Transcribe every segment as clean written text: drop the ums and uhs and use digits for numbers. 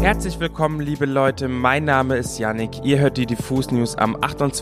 Herzlich willkommen, liebe Leute, mein Name ist Yannick, ihr hört die Diffus News am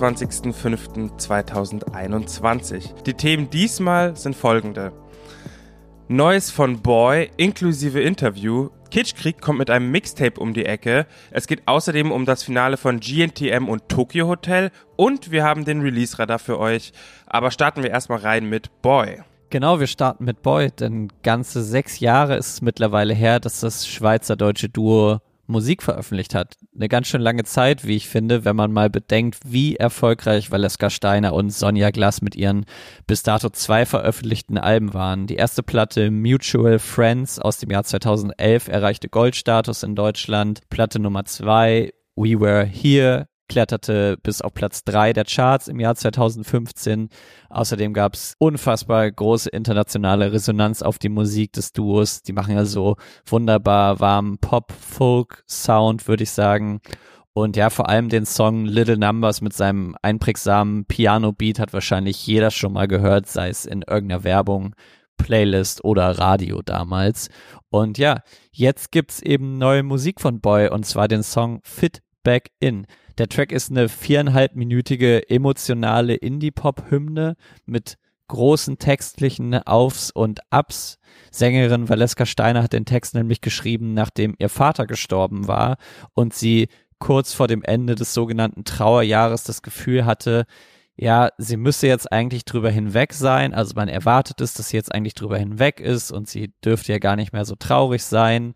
28.05.2021. Die Themen diesmal sind folgende: Neues von Boy inklusive Interview, Kitschkrieg kommt mit einem Mixtape um die Ecke, es geht außerdem um das Finale von GNTM und Tokyo Hotel und wir haben den Release-Radar für euch, aber starten wir erstmal rein mit Boy. Genau, wir starten mit Boy, denn ganze 6 Jahre ist es mittlerweile her, dass das schweizerdeutsche Duo Musik veröffentlicht hat. Eine ganz schön lange Zeit, wie ich finde, wenn man mal bedenkt, wie erfolgreich Valeska Steiner und Sonja Glass mit ihren bis dato 2 veröffentlichten Alben waren. Die erste Platte Mutual Friends aus dem Jahr 2011 erreichte Goldstatus in Deutschland. Platte Nummer 2 We Were Here kletterte bis auf Platz 3 der Charts im Jahr 2015. Außerdem gab es unfassbar große internationale Resonanz auf die Musik des Duos. Die machen ja so wunderbar warmen Pop-Folk-Sound, würde ich sagen. Und ja, vor allem den Song Little Numbers mit seinem einprägsamen Piano-Beat hat wahrscheinlich jeder schon mal gehört, sei es in irgendeiner Werbung, Playlist oder Radio damals. Und ja, jetzt gibt's eben neue Musik von Boy, und zwar den Song Fit Back In. Der Track ist eine 4,5-minütige emotionale Indie-Pop-Hymne mit großen textlichen Aufs und Abs. Sängerin Valeska Steiner hat den Text nämlich geschrieben, nachdem ihr Vater gestorben war und sie kurz vor dem Ende des sogenannten Trauerjahres das Gefühl hatte, ja, sie müsse jetzt eigentlich drüber hinweg sein. Also man erwartet es, dass sie jetzt eigentlich drüber hinweg ist und sie dürfte ja gar nicht mehr so traurig sein.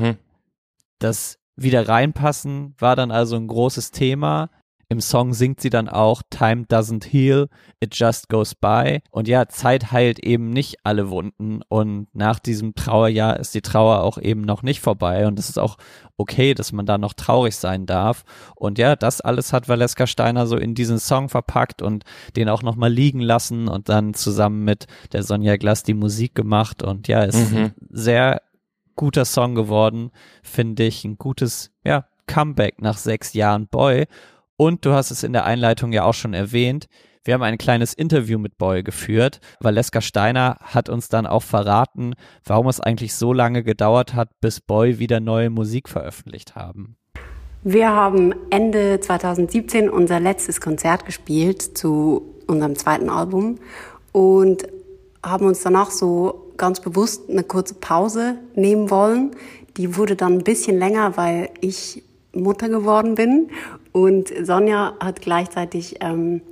Das wieder reinpassen war dann also ein großes Thema. Im Song singt sie dann auch Time doesn't heal, it just goes by. Und ja, Zeit heilt eben nicht alle Wunden, und nach diesem Trauerjahr ist die Trauer auch eben noch nicht vorbei, und es ist auch okay, dass man da noch traurig sein darf. Und ja, das alles hat Valeska Steiner so in diesen Song verpackt und den auch nochmal liegen lassen und dann zusammen mit der Sonja Glass die Musik gemacht. Und ja, ist ein sehr guter Song geworden, finde ich. Ein gutes, ja, Comeback nach 6 Jahren Boy. Und du hast es in der Einleitung ja auch schon erwähnt, wir haben ein kleines Interview mit Boy geführt. Valeska Steiner hat uns dann auch verraten, warum es eigentlich so lange gedauert hat, bis Boy wieder neue Musik veröffentlicht haben. Wir haben Ende 2017 unser letztes Konzert gespielt zu unserem 2. Album und haben uns danach so ganz bewusst eine kurze Pause nehmen wollen. Die wurde dann ein bisschen länger, weil ich Mutter geworden bin, und Sonja hat gleichzeitig ein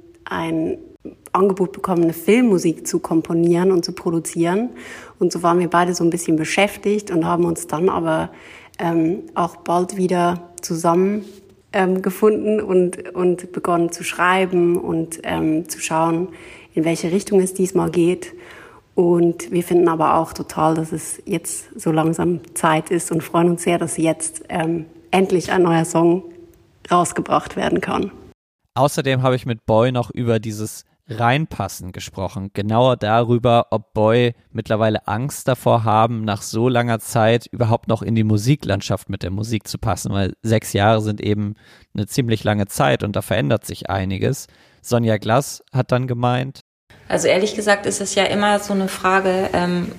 Angebot bekommen, eine Filmmusik zu komponieren und zu produzieren. Und so waren wir beide so ein bisschen beschäftigt und haben uns dann aber auch bald wieder zusammen gefunden und begonnen zu schreiben und zu schauen, in welche Richtung es diesmal geht. Und wir finden aber auch total, dass es jetzt so langsam Zeit ist, und freuen uns sehr, dass jetzt endlich ein neuer Song rausgebracht werden kann. Außerdem habe ich mit Boy noch über dieses Reinpassen gesprochen. Genauer darüber, ob Boy mittlerweile Angst davor haben, nach so langer Zeit überhaupt noch in die Musiklandschaft mit der Musik zu passen, weil 6 Jahre sind eben eine ziemlich lange Zeit und da verändert sich einiges. Sonja Glass hat dann gemeint: Also ehrlich gesagt ist es ja immer so eine Frage,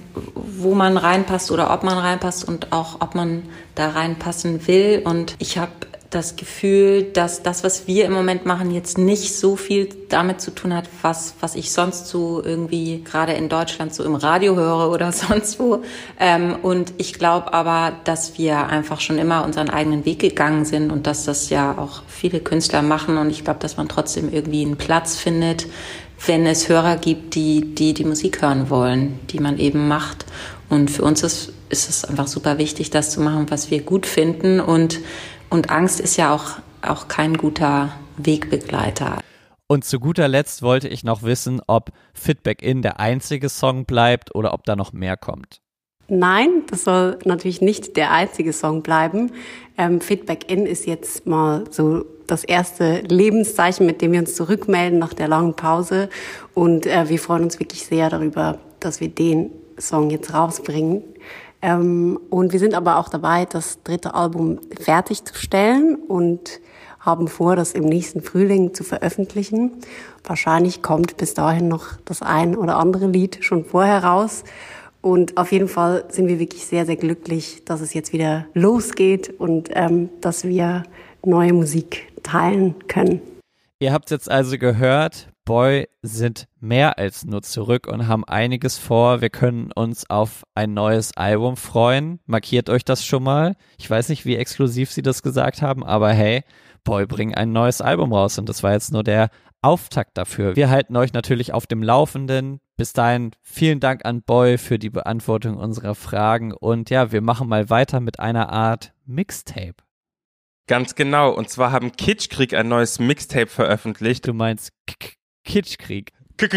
wo man reinpasst oder ob man reinpasst und auch ob man da reinpassen will. Und ich habe das Gefühl, dass das, was wir im Moment machen, jetzt nicht so viel damit zu tun hat, was ich sonst so irgendwie gerade in Deutschland so im Radio höre oder sonst wo. Und ich glaube aber, dass wir einfach schon immer unseren eigenen Weg gegangen sind und dass das ja auch viele Künstler machen. Und ich glaube, dass man trotzdem irgendwie einen Platz findet, wenn es Hörer gibt, die Musik hören wollen, die man eben macht. Und für uns ist es einfach super wichtig, das zu machen, was wir gut finden. Und Angst ist ja auch kein guter Wegbegleiter. Und zu guter Letzt wollte ich noch wissen, ob Fit Back In der einzige Song bleibt oder ob da noch mehr kommt. Nein, das soll natürlich nicht der einzige Song bleiben. Fit Back In ist jetzt mal so das erste Lebenszeichen, mit dem wir uns zurückmelden nach der langen Pause. Und wir freuen uns wirklich sehr darüber, dass wir den Song jetzt rausbringen. Und wir sind aber auch dabei, das 3. Album fertigzustellen und haben vor, das im nächsten Frühling zu veröffentlichen. Wahrscheinlich kommt bis dahin noch das ein oder andere Lied schon vorher raus. Und auf jeden Fall sind wir wirklich sehr, sehr glücklich, dass es jetzt wieder losgeht und dass wir neue Musik teilen können. Ihr habt jetzt also gehört, Boy sind mehr als nur zurück und haben einiges vor. Wir können uns auf ein neues Album freuen. Markiert euch das schon mal. Ich weiß nicht, wie exklusiv sie das gesagt haben, aber hey, Boy bringen ein neues Album raus und das war jetzt nur der Auftakt dafür. Wir halten euch natürlich auf dem Laufenden. Bis dahin vielen Dank an Boy für die Beantwortung unserer Fragen und ja, wir machen mal weiter mit einer Art Mixtape. Ganz genau. Und zwar haben Kitschkrieg ein neues Mixtape veröffentlicht. Du meinst Kitschkrieg.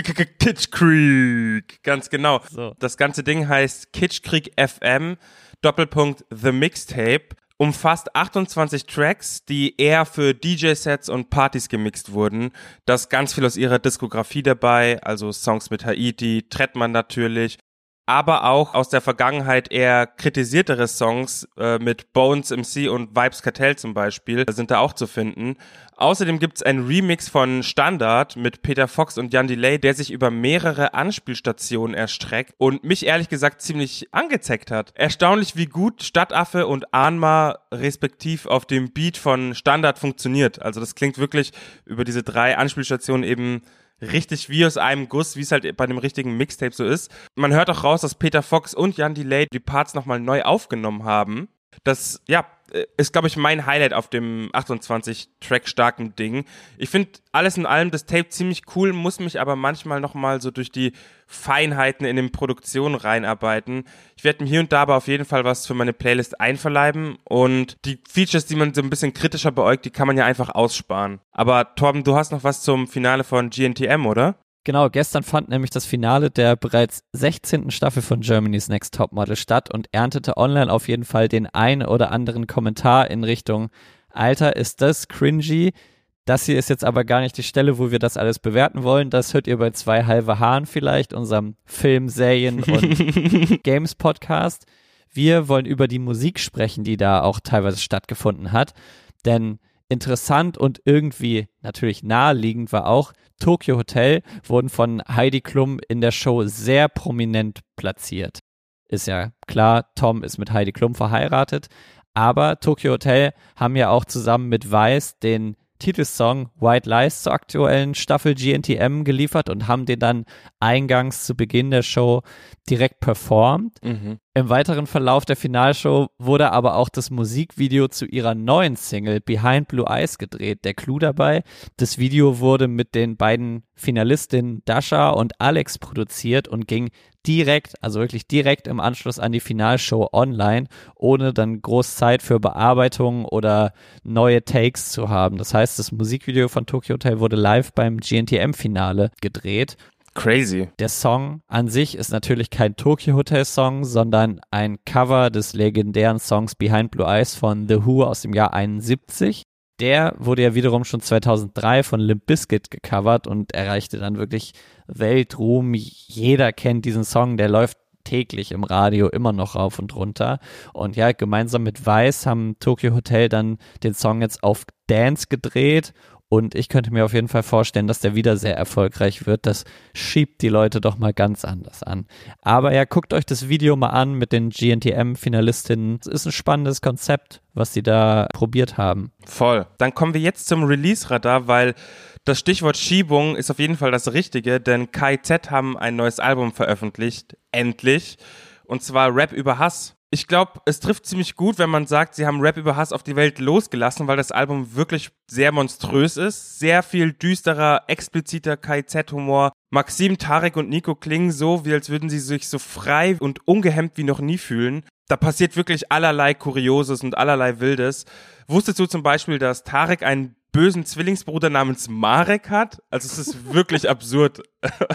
Kitschkrieg. Ganz genau. So. Das ganze Ding heißt Kitschkrieg FM, Doppelpunkt The Mixtape. Umfasst 28 Tracks, die eher für DJ-Sets und Partys gemixt wurden. Da ist ganz viel aus ihrer Diskografie dabei, also Songs mit Haiti, Trettmann natürlich, aber auch aus der Vergangenheit eher kritisiertere Songs mit Bones MC und Vybz Kartel zum Beispiel sind da auch zu finden. Außerdem gibt's einen Remix von Standard mit Peter Fox und Jan Delay, der sich über mehrere Anspielstationen erstreckt und mich ehrlich gesagt ziemlich angezeckt hat. Erstaunlich, wie gut Stadtaffe und Anma respektiv auf dem Beat von Standard funktioniert. Also das klingt wirklich über diese 3 Anspielstationen eben richtig wie aus einem Guss, wie es halt bei dem richtigen Mixtape so ist. Man hört auch raus, dass Peter Fox und Jan Delay die Parts nochmal neu aufgenommen haben. Das, ja, ist, glaube ich, mein Highlight auf dem 28-Track starken Ding. Ich finde alles in allem das Tape ziemlich cool, muss mich aber manchmal nochmal so durch die Feinheiten in den Produktionen reinarbeiten. Ich werde mir hier und da aber auf jeden Fall was für meine Playlist einverleiben und die Features, die man so ein bisschen kritischer beäugt, die kann man ja einfach aussparen. Aber Torben, du hast noch was zum Finale von GNTM, oder? Genau, gestern fand nämlich das Finale der bereits 16. Staffel von Germany's Next Topmodel statt und erntete online auf jeden Fall den ein oder anderen Kommentar in Richtung Alter, ist das cringy? Das hier ist jetzt aber gar nicht die Stelle, wo wir das alles bewerten wollen. Das hört ihr bei 2 halbe Haaren vielleicht, unserem Film-, Serien- und Games-Podcast. Wir wollen über die Musik sprechen, die da auch teilweise stattgefunden hat, denn interessant und irgendwie natürlich naheliegend war auch, Tokyo Hotel wurden von Heidi Klum in der Show sehr prominent platziert. Ist ja klar, Tom ist mit Heidi Klum verheiratet, aber Tokyo Hotel haben ja auch zusammen mit Vice den Titelsong White Lies zur aktuellen Staffel GNTM geliefert und haben den dann eingangs zu Beginn der Show direkt performt. Im weiteren Verlauf der Finalshow wurde aber auch das Musikvideo zu ihrer neuen Single Behind Blue Eyes gedreht. Der Clou dabei, das Video wurde mit den beiden Finalistinnen Dasha und Alex produziert und ging direkt, also wirklich direkt im Anschluss an die Finalshow online, ohne dann groß Zeit für Bearbeitung oder neue Takes zu haben. Das heißt, das Musikvideo von Tokyo Hotel wurde live beim GNTM-Finale gedreht. Crazy. Der Song an sich ist natürlich kein Tokyo Hotel Song, sondern ein Cover des legendären Songs Behind Blue Eyes von The Who aus dem Jahr 71. Der wurde ja wiederum schon 2003 von Limp Bizkit gecovert und erreichte dann wirklich Weltruhm. Jeder kennt diesen Song, der läuft täglich im Radio immer noch rauf und runter. Und ja, gemeinsam mit Vice haben Tokyo Hotel dann den Song jetzt auf Dance gedreht. Und ich könnte mir auf jeden Fall vorstellen, dass der wieder sehr erfolgreich wird. Das schiebt die Leute doch mal ganz anders an. Aber ja, guckt euch das Video mal an mit den GNTM-Finalistinnen. Es ist ein spannendes Konzept, was sie da probiert haben. Voll. Dann kommen wir jetzt zum Release-Radar, weil das Stichwort Schiebung ist auf jeden Fall das Richtige, denn KIZ haben ein neues Album veröffentlicht. Endlich. Und zwar Rap über Hass. Ich glaube, es trifft ziemlich gut, wenn man sagt, sie haben Rap über Hass auf die Welt losgelassen, weil das Album wirklich sehr monströs ist. Sehr viel düsterer, expliziter KIZ-Humor. Maxim, Tarek und Nico klingen so, wie als würden sie sich so frei und ungehemmt wie noch nie fühlen. Da passiert wirklich allerlei Kurioses und allerlei Wildes. Wusstest du zum Beispiel, dass Tarek einen bösen Zwillingsbruder namens Marek hat? Also es ist wirklich absurd,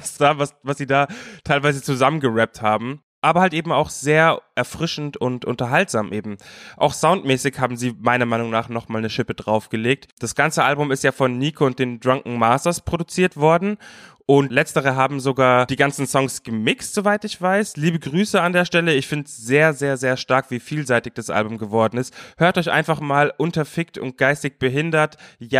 was sie da teilweise zusammengerappt haben. Aber halt eben auch sehr erfrischend und unterhaltsam eben. Auch soundmäßig haben sie meiner Meinung nach nochmal eine Schippe draufgelegt. Das ganze Album ist ja von Nico und den Drunken Masters produziert worden und letztere haben sogar die ganzen Songs gemixt, soweit ich weiß. Liebe Grüße an der Stelle. Ich finde es sehr, sehr, sehr stark, wie vielseitig das Album geworden ist. Hört euch einfach mal Unterfickt und geistig behindert. Ja,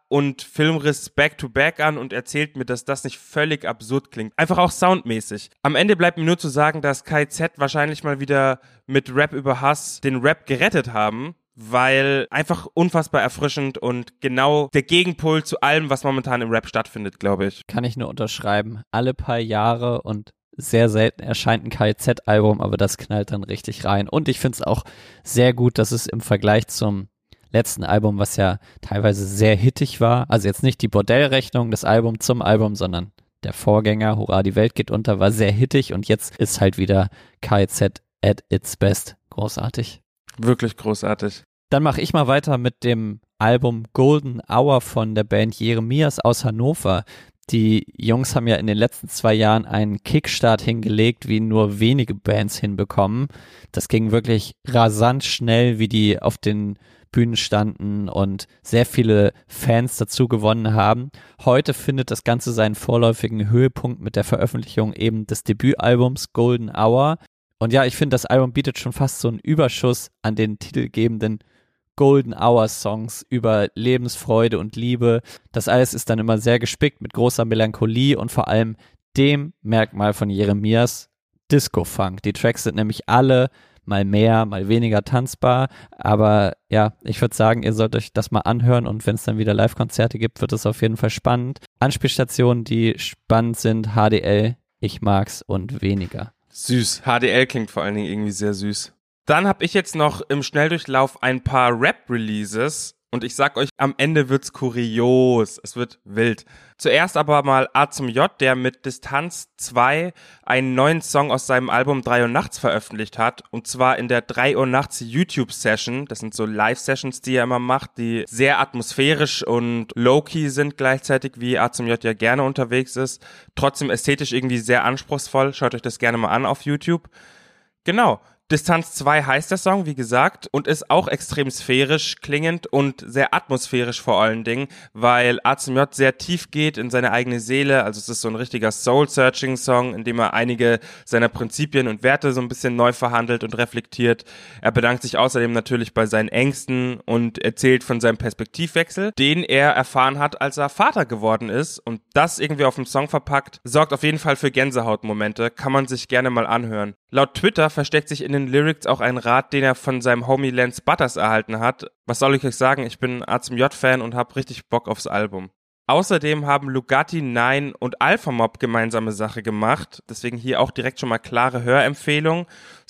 und Filmriss back-to-back an und erzählt mir, dass das nicht völlig absurd klingt. Einfach auch soundmäßig. Am Ende bleibt mir nur zu sagen, dass KZ wahrscheinlich mal wieder mit Rap über Hass den Rap gerettet haben, weil einfach unfassbar erfrischend und genau der Gegenpol zu allem, was momentan im Rap stattfindet, glaube ich. Kann ich nur unterschreiben. Alle paar Jahre und sehr selten erscheint ein KZ-Album, aber das knallt dann richtig rein. Und ich finde es auch sehr gut, dass es im Vergleich zum letzten Album, was ja teilweise sehr hittig war, also jetzt nicht die Bordellrechnung, das Album zum Album, sondern der Vorgänger, Hurra, die Welt geht unter, war sehr hittig und jetzt ist halt wieder KZ at its best. Großartig. Wirklich großartig. Dann mache ich mal weiter mit dem Album Golden Hour von der Band Jeremias aus Hannover. Die Jungs haben ja in den letzten 2 Jahren einen Kickstart hingelegt, wie nur wenige Bands hinbekommen. Das ging wirklich rasant schnell, wie die auf den Bühnen standen und sehr viele Fans dazu gewonnen haben. Heute findet das Ganze seinen vorläufigen Höhepunkt mit der Veröffentlichung eben des Debütalbums Golden Hour. Und ja, ich finde, das Album bietet schon fast so einen Überschuss an den titelgebenden Golden Hour Songs über Lebensfreude und Liebe. Das alles ist dann immer sehr gespickt mit großer Melancholie und vor allem dem Merkmal von Jeremias, Disco-Funk. Die Tracks sind nämlich alle mal mehr, mal weniger tanzbar, aber ja, ich würde sagen, ihr sollt euch das mal anhören und wenn es dann wieder Live-Konzerte gibt, wird es auf jeden Fall spannend. Anspielstationen, die spannend sind, HDL, Ich mag's und Weniger. Süß. HDL klingt vor allen Dingen irgendwie sehr süß. Dann habe ich jetzt noch im Schnelldurchlauf ein paar Rap-Releases und ich sag euch, am Ende wird's kurios, es wird wild. Zuerst aber mal A zum J, der mit Distanz 2 einen neuen Song aus seinem Album 3 Uhr nachts veröffentlicht hat und zwar in der 3 Uhr nachts YouTube-Session. Das sind so Live-Sessions, die er immer macht, die sehr atmosphärisch und low-key sind gleichzeitig, wie A zum J ja gerne unterwegs ist. Trotzdem ästhetisch irgendwie sehr anspruchsvoll, schaut euch das gerne mal an auf YouTube. Genau. Distanz 2 heißt der Song, wie gesagt, und ist auch extrem sphärisch klingend und sehr atmosphärisch vor allen Dingen, weil A.Z.J. sehr tief geht in seine eigene Seele, also es ist so ein richtiger Soul-Searching-Song, in dem er einige seiner Prinzipien und Werte so ein bisschen neu verhandelt und reflektiert. Er bedankt sich außerdem natürlich bei seinen Ängsten und erzählt von seinem Perspektivwechsel, den er erfahren hat, als er Vater geworden ist, und das irgendwie auf dem Song verpackt, sorgt auf jeden Fall für Gänsehautmomente, kann man sich gerne mal anhören. Laut Twitter versteckt sich in den Lyrics auch ein Rat, den er von seinem Homie Lance Butters erhalten hat. Was soll ich euch sagen? Ich bin A.Z.J.-Fan und hab richtig Bock aufs Album. Außerdem haben Lugatti, Nine und Alpha Mob gemeinsame Sache gemacht. Deswegen hier auch direkt schon mal klare Hörempfehlung.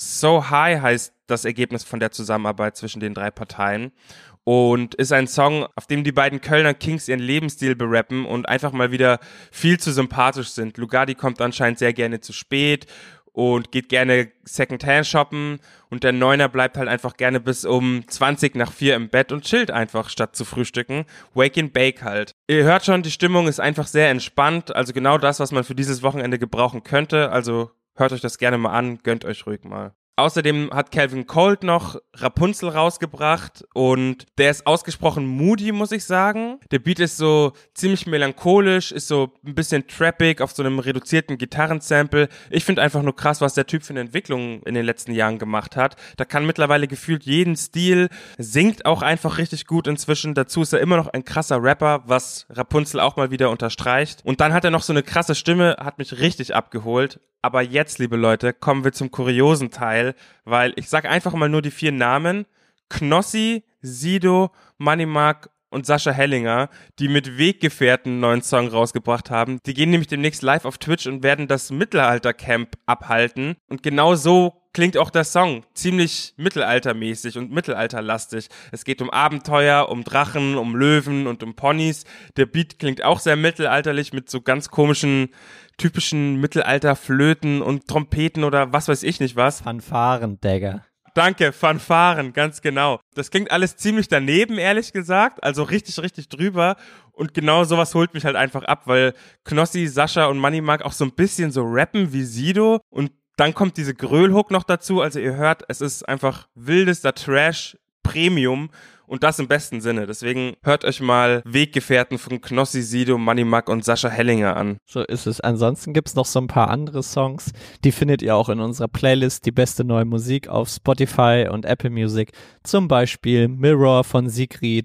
So High heißt das Ergebnis von der Zusammenarbeit zwischen den 3 Parteien. Und ist ein Song, auf dem die beiden Kölner Kings ihren Lebensstil berappen und einfach mal wieder viel zu sympathisch sind. Lugatti kommt anscheinend sehr gerne zu spät und geht gerne Secondhand shoppen und der Neuner bleibt halt einfach gerne bis um 4:20 im Bett und chillt einfach, statt zu frühstücken. Wake and Bake halt. Ihr hört schon, die Stimmung ist einfach sehr entspannt, also genau das, was man für dieses Wochenende gebrauchen könnte, also hört euch das gerne mal an, gönnt euch ruhig mal. Außerdem hat Calvin Colt noch Rapunzel rausgebracht und der ist ausgesprochen moody, muss ich sagen. Der Beat ist so ziemlich melancholisch, ist so ein bisschen trappig auf so einem reduzierten Gitarrensample. Ich finde einfach nur krass, was der Typ für eine Entwicklung in den letzten Jahren gemacht hat. Da kann mittlerweile gefühlt jeden Stil, singt auch einfach richtig gut inzwischen. Dazu ist er immer noch ein krasser Rapper, was Rapunzel auch mal wieder unterstreicht. Und dann hat er noch so eine krasse Stimme, hat mich richtig abgeholt. Aber jetzt, liebe Leute, kommen wir zum kuriosen Teil, weil ich sag einfach mal nur die 4 Namen. Knossi, Sido, Money Mark und Sascha Hellinger, die mit Weggefährten einen neuen Song rausgebracht haben. Die gehen nämlich demnächst live auf Twitch und werden das Mittelalter-Camp abhalten. Und genau so klingt auch der Song. Ziemlich mittelaltermäßig und mittelalterlastig. Es geht um Abenteuer, um Drachen, um Löwen und um Ponys. Der Beat klingt auch sehr mittelalterlich mit so ganz komischen, typischen Mittelalter-Flöten und Trompeten oder was weiß ich nicht was. Fanfaren, Digga. Danke, Fanfaren, ganz genau. Das klingt alles ziemlich daneben, ehrlich gesagt. Also richtig, richtig drüber. Und genau sowas holt mich halt einfach ab, weil Knossi, Sascha und Money Mark auch so ein bisschen so rappen wie Sido. Und dann kommt diese Gröl-Hook noch dazu. Also ihr hört, es ist einfach wildester Trash, Premium. Und das im besten Sinne. Deswegen hört euch mal Weggefährten von Knossi, Sido, Money Mark und Sascha Hellinger an. So ist es. Ansonsten gibt's noch so ein paar andere Songs. Die findet ihr auch in unserer Playlist, die beste neue Musik auf Spotify und Apple Music. Zum Beispiel Mirror von Sigrid,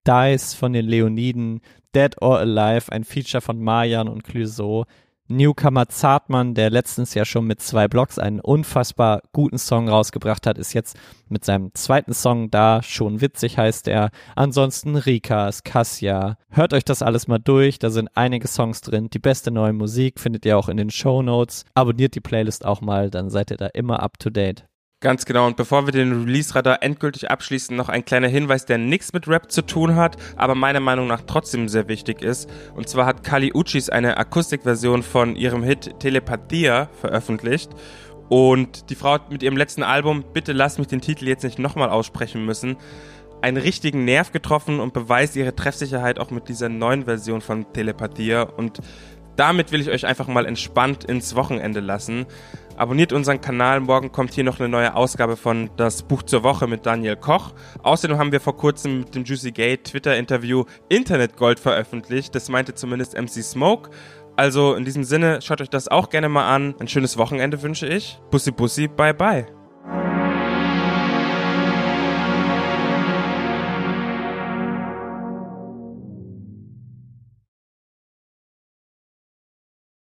Dice von den Leoniden, Dead or Alive, ein Feature von Marjan und Clouseau, Newcomer Zartmann, der letztens ja schon mit 2 Blocks einen unfassbar guten Song rausgebracht hat, ist jetzt mit seinem zweiten Song da, schon witzig heißt er. Ansonsten Rikas, Kassia. Hört euch das alles mal durch, da sind einige Songs drin. Die beste neue Musik findet ihr auch in den Shownotes. Abonniert die Playlist auch mal, dann seid ihr da immer up to date. Ganz genau, und bevor wir den Release-Radar endgültig abschließen, noch ein kleiner Hinweis, der nichts mit Rap zu tun hat, aber meiner Meinung nach trotzdem sehr wichtig ist. Und zwar hat Kali Uchis eine Akustikversion von ihrem Hit Telepathia veröffentlicht. Und die Frau hat mit ihrem letzten Album, bitte lass mich den Titel jetzt nicht nochmal aussprechen müssen, einen richtigen Nerv getroffen und beweist ihre Treffsicherheit auch mit dieser neuen Version von Telepathia. Und damit will ich euch einfach mal entspannt ins Wochenende lassen. Abonniert unseren Kanal, morgen kommt hier noch eine neue Ausgabe von Das Buch zur Woche mit Daniel Koch. Außerdem haben wir vor kurzem mit dem Juicy Gate Twitter-Interview Internetgold veröffentlicht. Das meinte zumindest MC Smoke. Also in diesem Sinne, schaut euch das auch gerne mal an. Ein schönes Wochenende wünsche ich. Bussi bussi, bye bye.